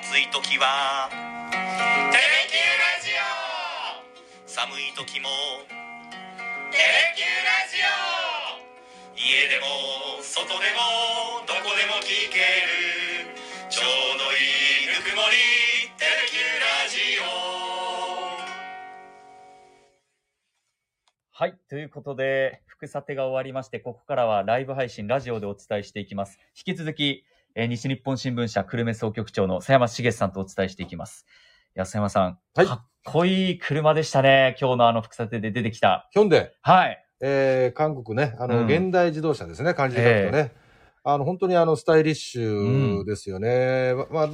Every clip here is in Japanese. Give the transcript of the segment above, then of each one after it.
暑い時はテレキューラジオ、寒い時もテレキューラジオ、家でも外でもどこでも聞けるちょうどいいぬくもりテレキューラジオ。 はい、ということで副査定が終わりまして、ここからはライブ配信ラジオでお伝えしていきます。引き続き西日本新聞社久留米総局長の佐山茂さんとお伝えしていきます。佐山さん、 はい、 かっこいい車でしたね。今日の副査定で出てきた。 ヒョンデ。 はい。 韓国ね、現代自動車ですね、漢字で書くとね。本当にスタイリッシュですよね。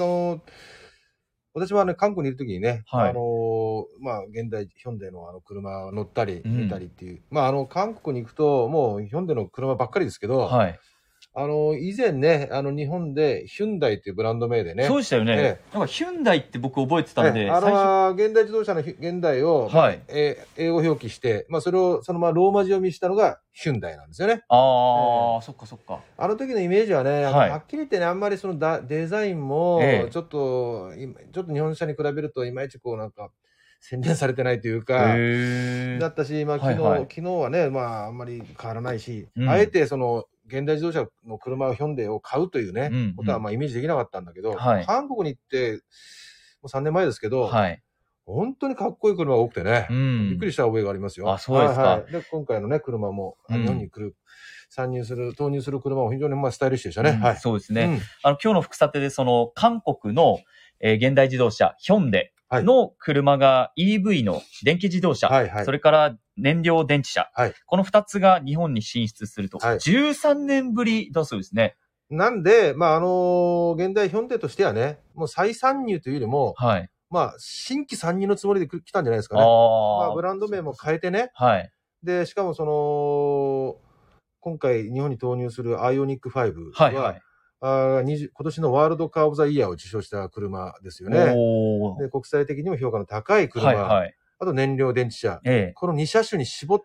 私はね、韓国にいるときにね、 はい、 現代ヒョンデの車乗ったり見たりっていう。韓国に行くと、もうヒョンデの車ばっかりですけど、 はい。 以前ね、日本でヒュンダイっていうブランド名でね。 そうでしたよね。なんかヒュンダイって僕覚えてたんで。 現代自動車の現代を、英語表記して、それをそのままローマ字読みしたのがヒュンダイなんですよね。 そっかそっか。 あの時のイメージはね、はっきり言ってね、あんまりそのデザインも、ちょっと日本車に比べるといまいちこうなんか、洗練されてないというか、だったし、昨日はね、あんまり変わらないし、あえてその、現代自動車の車をヒョンデを買うというね、ことはイメージできなかったんだけど、韓国に行って、もう3年前ですけど、本当にかっこいい車が多くてね、びっくりした覚えがありますよ。 そうですか。 で、今回のね、車も、日本に来る、投入する車も非常にスタイリッシュでしたね。 そうですね。今日の副査定で、その、韓国の、現代自動車、ヒョンデの車が EV の電気自動車、それから燃料電池車、この2つが日本に進出すると、13年ぶりだそうですね。 なんで、現代ヒョンデとしてはね、もう再参入というよりも、新規参入のつもりで来たんじゃないですかね。ブランド名も変えてね。で、しかも今回日本に投入するアイオニック5は、今年のワールドカーオブザイヤーを受賞した車ですよね。で、国際的にも評価の高い車。あと燃料電池車。この2車種に絞って、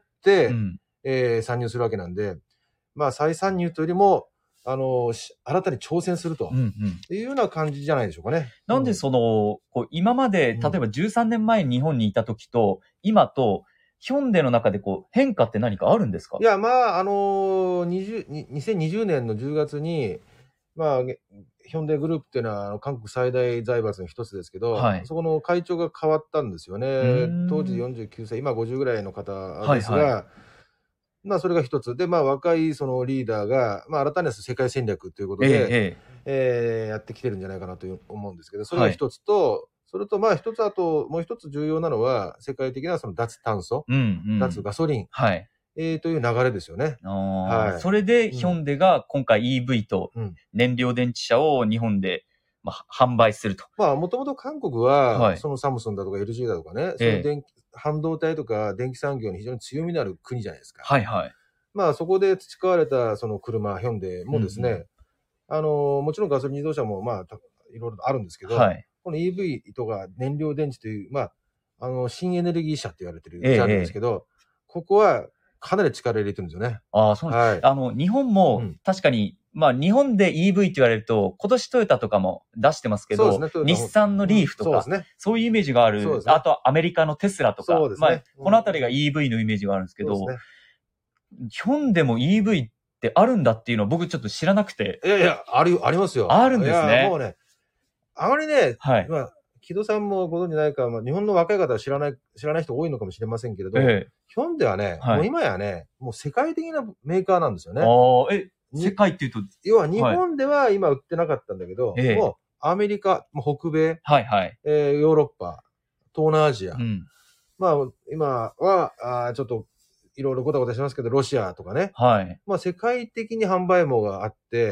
参入するわけなんで、再参入というよりも、新たに挑戦するというような感じじゃないでしょうかね。 なんで今まで、例えば13年前に日本にいた時と、今と、ヒョンデの中で変化って何かあるんですか？ いや、2020年の10月に、ヒョンデグループっていうのは韓国最大財閥の一つですけど、そこの会長が変わったんですよね。当時49歳、今50ぐらいの方ですが、それが一つ。で、若いそのリーダーが、新たな世界戦略ということで、やってきてるんじゃないかなと思うんですけど、それが一つと、それともう一つ重要なのは、世界的なその脱炭素、脱ガソリン、という流れですよね。 それでヒョンデが今回 EV と燃料電池車を日本で販売すると。 もともと韓国は、そのサムスンだとか LG だとかね、その半導体とか電気産業に非常に強みのある国じゃないですか。そこで培われたその車、ヒョンデもですね、もちろんガソリン自動車もいろいろあるんですけど、この EV とか燃料電池という、新エネルギー車って言われてるジャンルですけど、ここはかなり力入れてるんですよね。 そうなんです。日本も確かに、日本で EV って言われると、今年トヨタとかも出してますけど、日産のリーフとか、そういうイメージがある。あとはアメリカのテスラとか、このあたりが EV のイメージがあるんですけど、ヒョンデも EV ってあるんだっていうのは僕ちょっと知らなくて。 いや、ありますよ。 あるんですね。 もうね、あまりね、木戸さんもご存じないか、日本の若い方は知らない人多いのかもしれませんけれど、ヒョンデはね、もう今やね、もう世界的なメーカーなんですよね。 世界っていうと、 要は日本では今売ってなかったんだけど、もうアメリカ、北米、ヨーロッパ、東南アジア、今はちょっといろいろごたごたしますけど、ロシアとかね、世界的に販売網があって、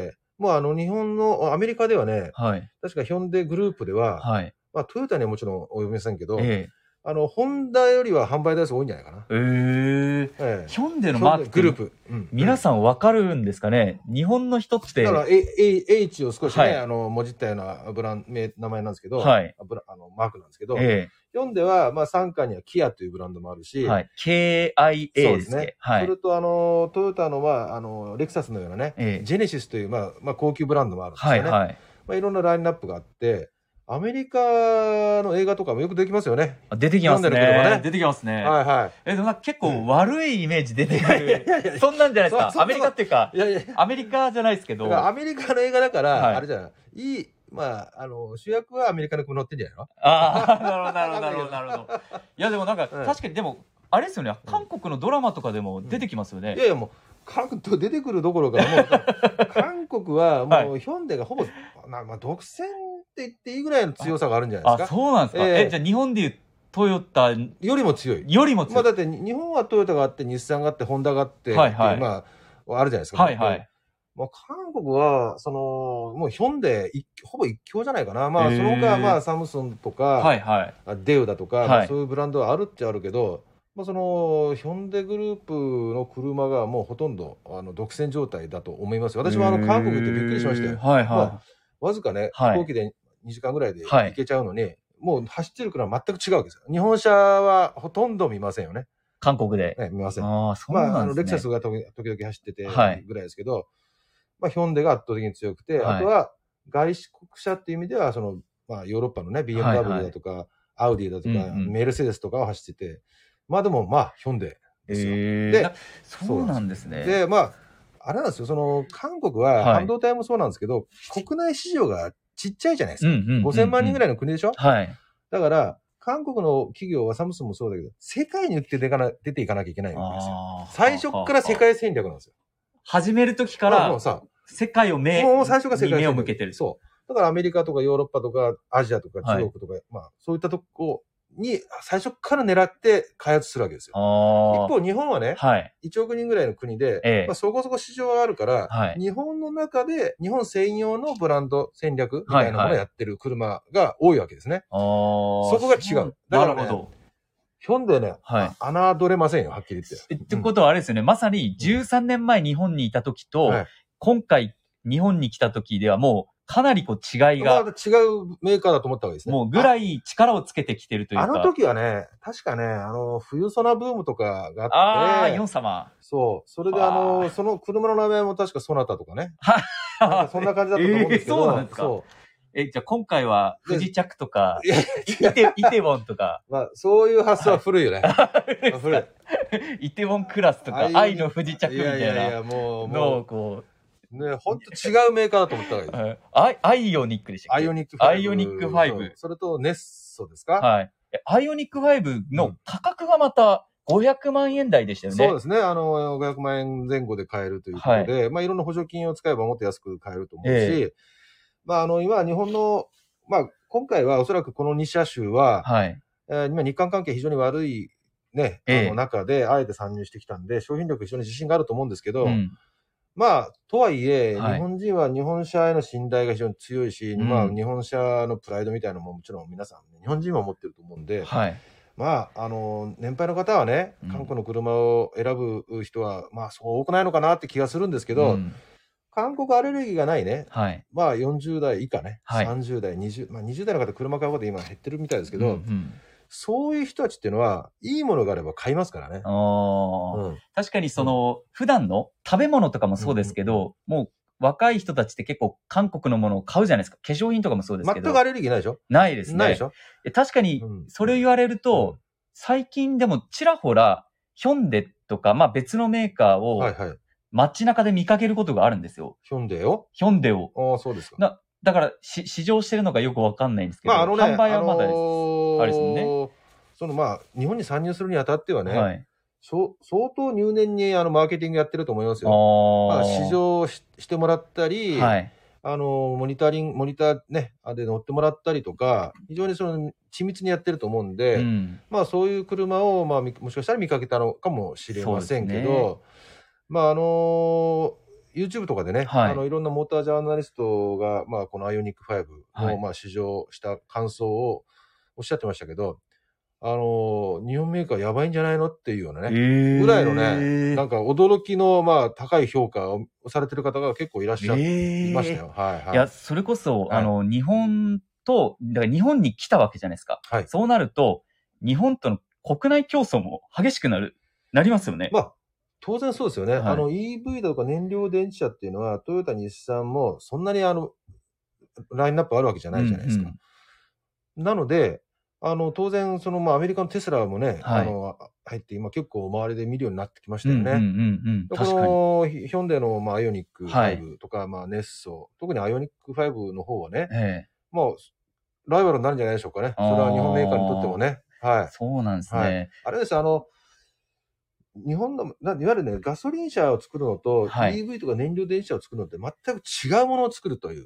もう日本のアメリカではね、確かヒョンデグループでは、トヨタにはもちろん及びませんけど、ホンダよりは販売台数多いんじゃないかな。 ヒョンデのマークグループ。 皆さんわかるんですかね？日本の人って。 だから、H を少しね、もじったような名前なんですけど、マークなんですけど、ヒョンデは、傘下にはキアというブランドもあるし、 KIA ですね。 それと、トヨタの、レクサスのようなね、ジェネシスという、高級ブランドもあるんですよね。いろんなラインナップがあって、 アメリカの映画とかもよくできますよね。 出てきますね。出てきますね。 はいはい。 でも結構悪いイメージ出てくる。そんなんじゃないですか。アメリカっていうか、アメリカじゃないですけど。 アメリカの映画だから、あれじゃない。まあ、主役はアメリカの子乗ってんじゃないの？ ああ、なるほど。いや、でもなんか、確かに、でも、あれですよね、韓国のドラマとかでも出てきますよね。 いやいや、もう、韓国出てくるどころか、もう、韓国はもう、ヒョンデがほぼ、まあ、独占って言っていいぐらいの強さがあるんじゃないですか。 あ、そうなんですか。じゃあ日本でいうトヨタよりも強い。まあ、だって、日本はトヨタがあって、日産があって、ホンダがあって、まあ、あるじゃないですか。 はいはい。 まあ、韓国は、もうヒョンデ、ほぼ一強じゃないかな。まあ、その他、まあ、サムスンとか、デウだとか、そういうブランドはあるっちゃあるけど、まあ、ヒョンデグループの車がもうほとんど、独占状態だと思います。私も韓国行ってびっくりしましたよ。まあ、わずかね、飛行機で2時間ぐらいで行けちゃうのに、もう走ってる車は全く違うわけですよ。日本車はほとんど見ませんよね。 韓国で。 見ません。 ああ、そうなんですね。 レクサスが時々走っててぐらいですけど、まあ、ヒョンデが圧倒的に強くて、あとは外国車っていう意味では、まあ、ヨーロッパのね、BMW だとか、アウディだとか、メルセデスとかを走ってて、まあでも、まあ、ヒョンデですよ。で、 そうなんですね。 で、まあ、あれなんですよ、韓国は半導体もそうなんですけど、国内市場がちっちゃいじゃないですか。5000万人ぐらいの国でしょ？ はい。 だから、韓国の企業はサムスンもそうだけど、世界に出ていかなきゃいけないわけですよ。最初から世界戦略なんですよ。 始めるときから、世界をもう最初から世界目を向けてる。 そう。だからアメリカとかヨーロッパとかアジアとか中国とか、まあそういったとこに最初から狙って開発するわけですよ。一方日本はね、1億人ぐらいの国で、まあ、そこそこ市場があるから、日本の中で日本専用のブランド戦略みたいなものをやってる車が多いわけですね。そこが違う。だからね、ヒョンデね、侮れませんよ、はっきり言って。 ってことはあれですよね、まさに13年前日本にいた時と、今回日本に来た時ではもうかなり違いが。 違うメーカーだと思ったわけですね。 もうぐらい力をつけてきてるというか。 あの時はね、確かね、冬ソナブームとかがあって。 ああ、ヨン様。 そう。それでその車の名前も確かソナタとかね。そんな感じだったと思うんですけど。 そうなんですか。じゃあ今回は、不時着とか、イテウォンとか。 まあ、そういう発想は古いよね。古い。 イテウォンクラスとか、愛の不時着みたいな。いや、 もう。 のをこう。 ね、ほんと違うメーカーだと思ったわけです。 アイオニックでしたっけ？ アイオニック 5。 それとネッソですか？ はい。アイオニック5の価格がまた500万円台でしたよね。 そうですね。500万円前後で買えるということで、まあいろんな補助金を使えばもっと安く買えると思うし、まあ今日本の、まあ今回はおそらくこの2車種は、今日韓関係非常に悪いね、中であえて参入してきたんで、商品力非常に自信があると思うんですけど、まあ、とはいえ、日本人は日本車への信頼が非常に強いし、まあ、日本車のプライドみたいなのももちろん皆さん、日本人は持ってると思うんで、まあ、年配の方はね、韓国の車を選ぶ人は、まあ、そう多くないのかなって気がするんですけど、韓国アレルギーがないね、まあ、40代以下ね、30代、まあ、20代の方、車買うこと今減ってるみたいですけど、そういう人たちっていうのは、いいものがあれば買いますからね。 確かに普段の食べ物とかもそうですけど、もう若い人たちって結構韓国のものを買うじゃないですか。化粧品とかもそうですけど。 全くアレルギーないでしょ？ ないですね。 ないでしょ？ 確かに、それを言われると、最近でもちらほら、ヒョンデとか、まあ別のメーカーを、街中で見かけることがあるんですよ。 ヒョンデを？ ヒョンデを。 ああ、そうですか。 だから、試乗してるのかよくわかんないんですけど、販売はまだです。あれですよね。まあ、日本に参入するにあたってはね、相当入念にマーケティングやってると思いますよ。まあ、試乗してもらったり、モニターね、で乗ってもらったりとか、非常に緻密にやってると思うんで、まあ、そういう車を、まあ、もしかしたら見かけたのかもしれませんけど、まあ、YouTube とかでね、いろんなモータージャーナリストが、まあ、このアイオニック5の、まあ、試乗した感想をおっしゃってましたけど、日本メーカーやばいんじゃないのっていうようなね、ぐらいのね、なんか驚きの、まあ、高い評価をされてる方が結構いらっしゃいましたよ。いや、それこそ、日本と、だから日本に来たわけじゃないですか。そうなると、日本との国内競争も激しくなりますよね。 まあ当然そうですよね。EV だとか燃料電池車っていうのは、トヨタ、日産もそんなにラインナップあるわけじゃないじゃないですか。 なので、当然、アメリカのテスラもね、 はい入って今結構周りで見るようになってきましたよね。 確かに。ヒョンデの、アイオニック5とか、ネッソ、特にアイオニック5の方はね、ライバルになるんじゃないでしょうかね。それは日本メーカーにとってもね。はい。 そうなんですね。 はい、あれです、日本の、いわゆるね、ガソリン車を作るのと、EV とか燃料電池車を作るのって全く違うものを作るという。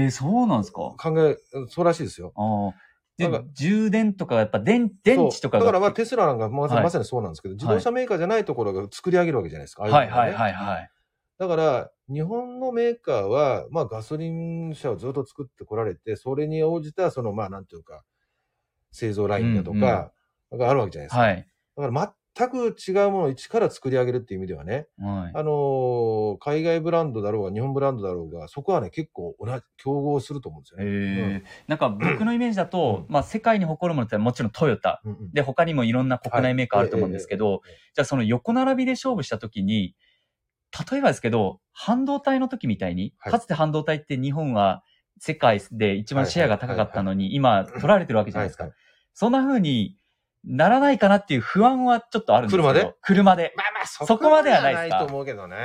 そうなんですか。 そうらしいですよ。 で、充電とか、やっぱ電池とかだからテスラなんかまさにそうなんですけど、自動車メーカーじゃないところが作り上げるわけじゃないですか。 はい。 だから、日本のメーカーは、ガソリン車をずっと作ってこられて、それに応じた、なんていうか、製造ラインだとか、があるわけじゃないですか。だから全く違うものを一から作り上げるっていう意味ではね、海外ブランドだろうが日本ブランドだろうが、そこはね、結構競合すると思うんですよね。 なんか僕のイメージだと、世界に誇るものってもちろんトヨタ、で、他にもいろんな国内メーカーあると思うんですけど、じゃあその横並びで勝負したときに、例えばですけど、半導体の時みたいに、かつて半導体って日本は世界で一番シェアが高かったのに、今取られてるわけじゃないですか。そんな風にならないかなっていう不安はちょっとあるんですけど。車で。そこまではないですか。 ないと思うけどね。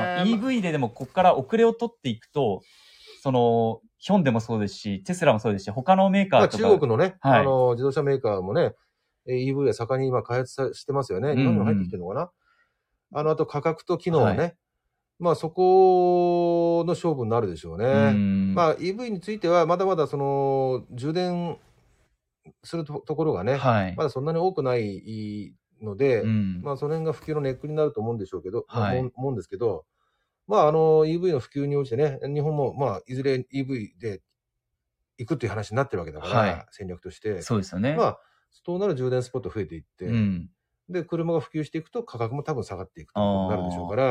EV ででもここから遅れを取っていくと、ヒョンデもそうですし、テスラもそうですし、他のメーカーとか。 中国のね、自動車メーカーもね、EV は盛んに今開発してますよね。日本にも入ってきてるのかな。あと価格と機能はね。そこの勝負になるでしょうね。EV については、まだまだ充電するところがね、まだそんなに多くないので、その辺が普及のネックになると思うんでしょうけど、思うんですけど、EV の普及に応じてね、日本もいずれ EV で行くっていう話になってるわけだから、戦略として。 そうですよね。 そうなる充電スポット増えていって、で、車が普及していくと価格も多分下がっていくということになるでしょうから、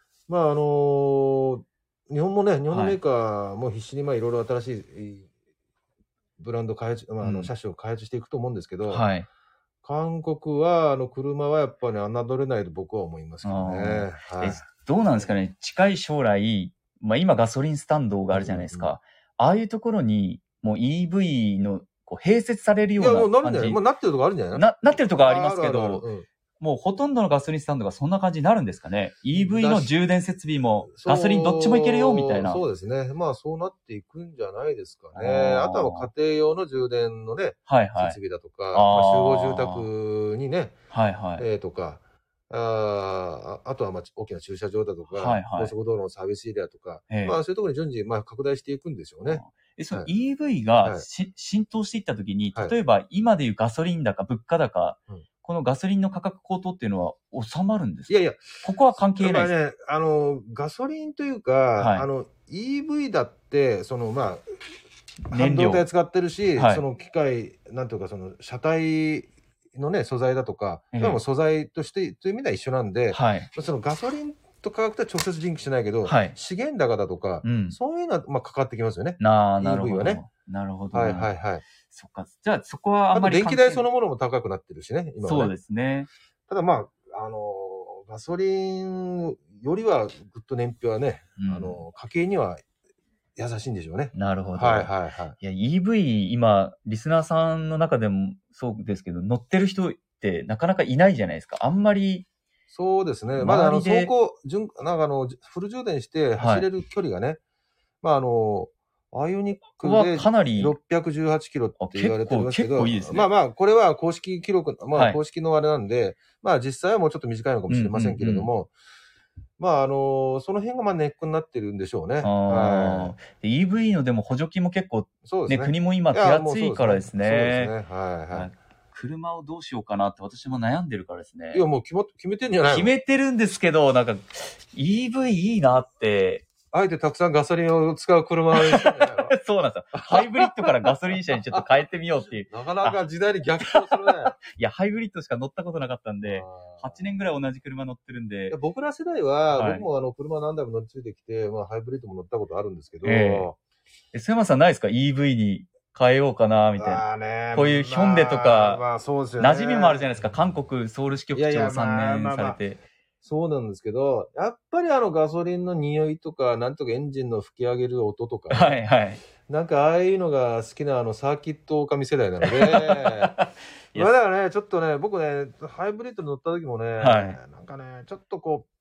日本もね、日本のメーカーも必死にいろいろ新しいブランド開発、車種を開発していくと思うんですけど、韓国は、車はやっぱり侮れないと僕は思いますけどね。 どうなんですかね、近い将来、今ガソリンスタンドがあるじゃないですか。ああいうところに、もう EV の併設されるような感じ。 いや、もうなるんじゃない？なってるとこあるんじゃない？ なってるとこありますけど、もうほとんどのガソリンスタンドがそんな感じになるんですかね。EV の充電設備もガソリンどっちもいけるよみたいな。 そうですね。そうなっていくんじゃないですかね。あとは家庭用の充電のね、設備だとか、集合住宅にね、とか、あとは大きな駐車場だとか、高速道路のサービスエリアとか、そういうところに順次拡大していくんでしょうね。 その EV が浸透していったときに、例えば今でいうガソリン高、物価高、このガソリンの価格高騰っていうのは収まるんですか？いや、ここは関係ないです。 ガソリンというか、EV だって、半導体使ってるし、その機械、なんていうか、車体のね、素材だとか、も素材として、という意味では一緒なんで、そのガソリンと価格とは直接リンクしないけど、資源高だとか、そういうのは関わってきますよね。EV はね。 なるほど。そっか。じゃあそこはあんまり。 電気代そのものも高くなってるしね、今はね。 そうですね。 ただガソリンよりはぐっと燃費はね、家計には優しいんでしょうね。 なるほど。いや、EV 今、リスナーさんの中でもそうですけど、乗ってる人ってなかなかいないじゃないですか。あんまり。 そうですね。まだフル充電して走れる距離がね、アイオニックで618キロって言われてますけど、 結構いいですね。 これは公式記録、公式のあれなんで、実際はもうちょっと短いのかもしれませんけれども、その辺がネックになってるんでしょうね。 EV のでも補助金も結構、ね、国も今手厚いからですね。そうですね。車をどうしようかなって私も悩んでるからですね。 いや、もう決めてんじゃないの？ 決めてるんですけど、なんか、EV いいなって。 あえてたくさんガソリンを使う車をそうなんですよ。ハイブリッドからガソリン車にちょっと変えてみようっていう。 なかなか時代に逆行するね。 いや、ハイブリッドしか乗ったことなかったんで、8年ぐらい同じ車乗ってるんで。 僕ら世代は、僕も車何台も乗り継いできて、ハイブリッドも乗ったことあるんですけど。 須山さんないですか？ EV に変えようかな、みたいな。こういうヒョンデとか、馴染みもあるじゃないですか。韓国ソウル支局長3年されて。 そうなんですけど、やっぱりガソリンの匂いとか、なんとかエンジンの吹き上げる音とか、 なんかああいうのが好きなサーキット狼世代なので、まあだからね、ちょっとね、僕ね、ハイブリッド乗った時もね、なんかね、ちょっと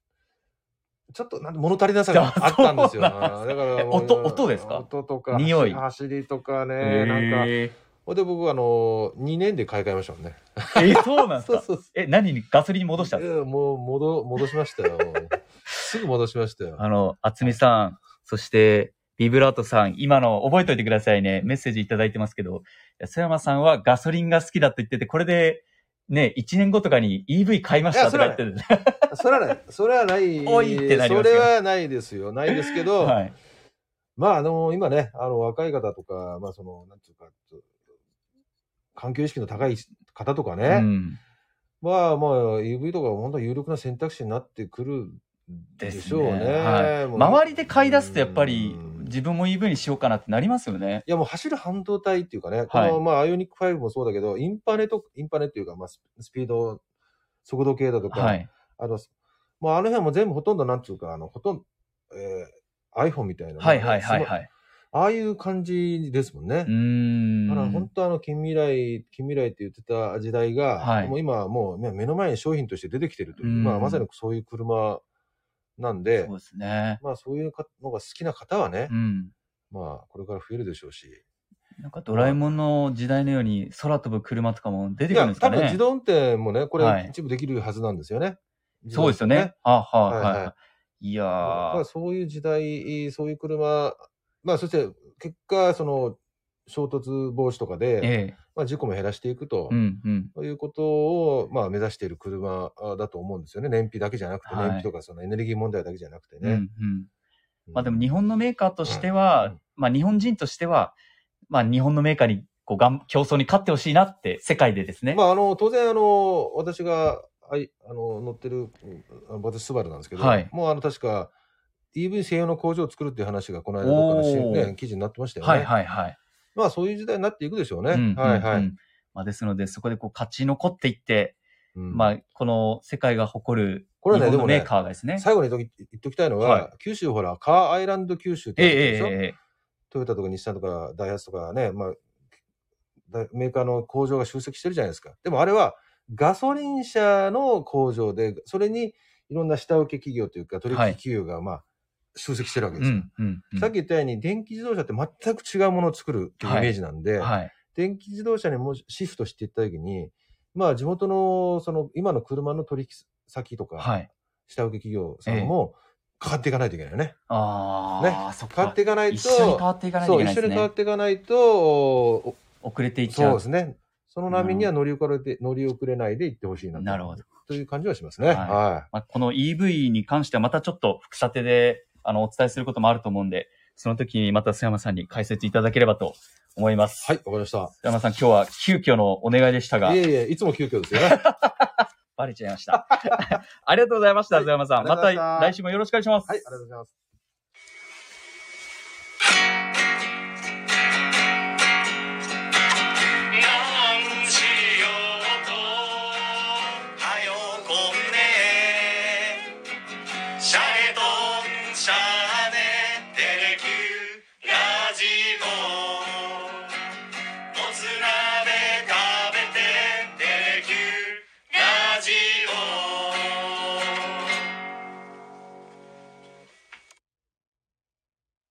物足りなさがあったんですよ。だから音ですか？ 音とか、 匂い。 走りとかね、なんか、で僕2年で買い替えましたもんね。 そうなんですか？そう何にガソリン戻したんですか？ もう戻しましたよ。すぐ戻しましたよ。 厚美さん、そして、ビブラートさん、今の覚えておいてくださいね。メッセージいただいてますけど、安山さんはガソリンが好きだと言ってて、これで、ね、1年後とかに EV 買いましたとか言ってるんで。 それはない。それはない。 多いってなりますよ。 それはないですよ。ないですけど、はい、まあ今ね、若い方とか、まあなんていうか、環境意識の高い方とかね、まあEV とか本当に有力な選択肢になってくるでしょうね。はい、 周りで買い出すとやっぱり自分も EV にしようかなってなりますよね。 いやもう走る半導体っていうかね、このアイオニック5もそうだけど、インパネっていうか、スピード、速度計だとか、もうあの辺も全部ほとんどなんていうか、ほとんど、iPhone みたいな。ああいう感じですもんね。だから本当近未来って言ってた時代が、もう今もう目の前に商品として出てきてるという、まさにそういう車なんで、 そうですね。 そういうのが好きな方はね、これから増えるでしょうし。 なんかドラえもんの時代のように空飛ぶ車とかも出てくるんですかね。 多分自動運転もね、これ一部できるはずなんですよね。 そうですよね。いやー。 そういう時代、そういう車、そして結果、衝突防止とかで、事故も減らしていくと、いうことを、目指している車だと思うんですよね。燃費だけじゃなくて、燃費とかエネルギー問題だけじゃなくてね。 でも日本のメーカーとしては、日本人としては、日本のメーカーに競争に勝ってほしいなって、世界でですね。 当然、私が、乗ってる、私、スバルなんですけど、もう確か、EV 専用の工場を作るっていう話が、この間どっかの記事になってましたよね。そういう時代になっていくでしょうね。 ですので、そこで勝ち残っていって、この世界が誇る日本のメーカーがですね。 最後に言っときたいのは、九州ほら、カーアイランド九州って言ってるでしょ。トヨタとか日産とかダイハツとかね、メーカーの工場が集積してるじゃないですか。でもあれはガソリン車の工場で、それにいろんな下請け企業というか取引企業が集積してるわけですよ。さっき言ったように電気自動車って全く違うものを作るっていうイメージなんで、電気自動車にもシフトしていったときに、地元の今の車の取引先とか、下請け企業さんも変わっていかないといけないよね。変わっていかないと、 一緒に変わっていかないといけないですね。 一緒に変わっていかないと、 遅れていっちゃう。 そうですね。その波には乗り遅れないで行ってほしいなという感じはしますね。 この EV に関してはまたちょっと副査定でお伝えすることもあると思うんで、その時にまた須山さんに解説いただければと思います。 はい、わかりました。須山さん、今日は急遽のお願いでしたが。 いつも急遽ですよね。 バレちゃいました。ありがとうございました、須山さん。また来週もよろしくお願いします。 はい、ありがとうございます。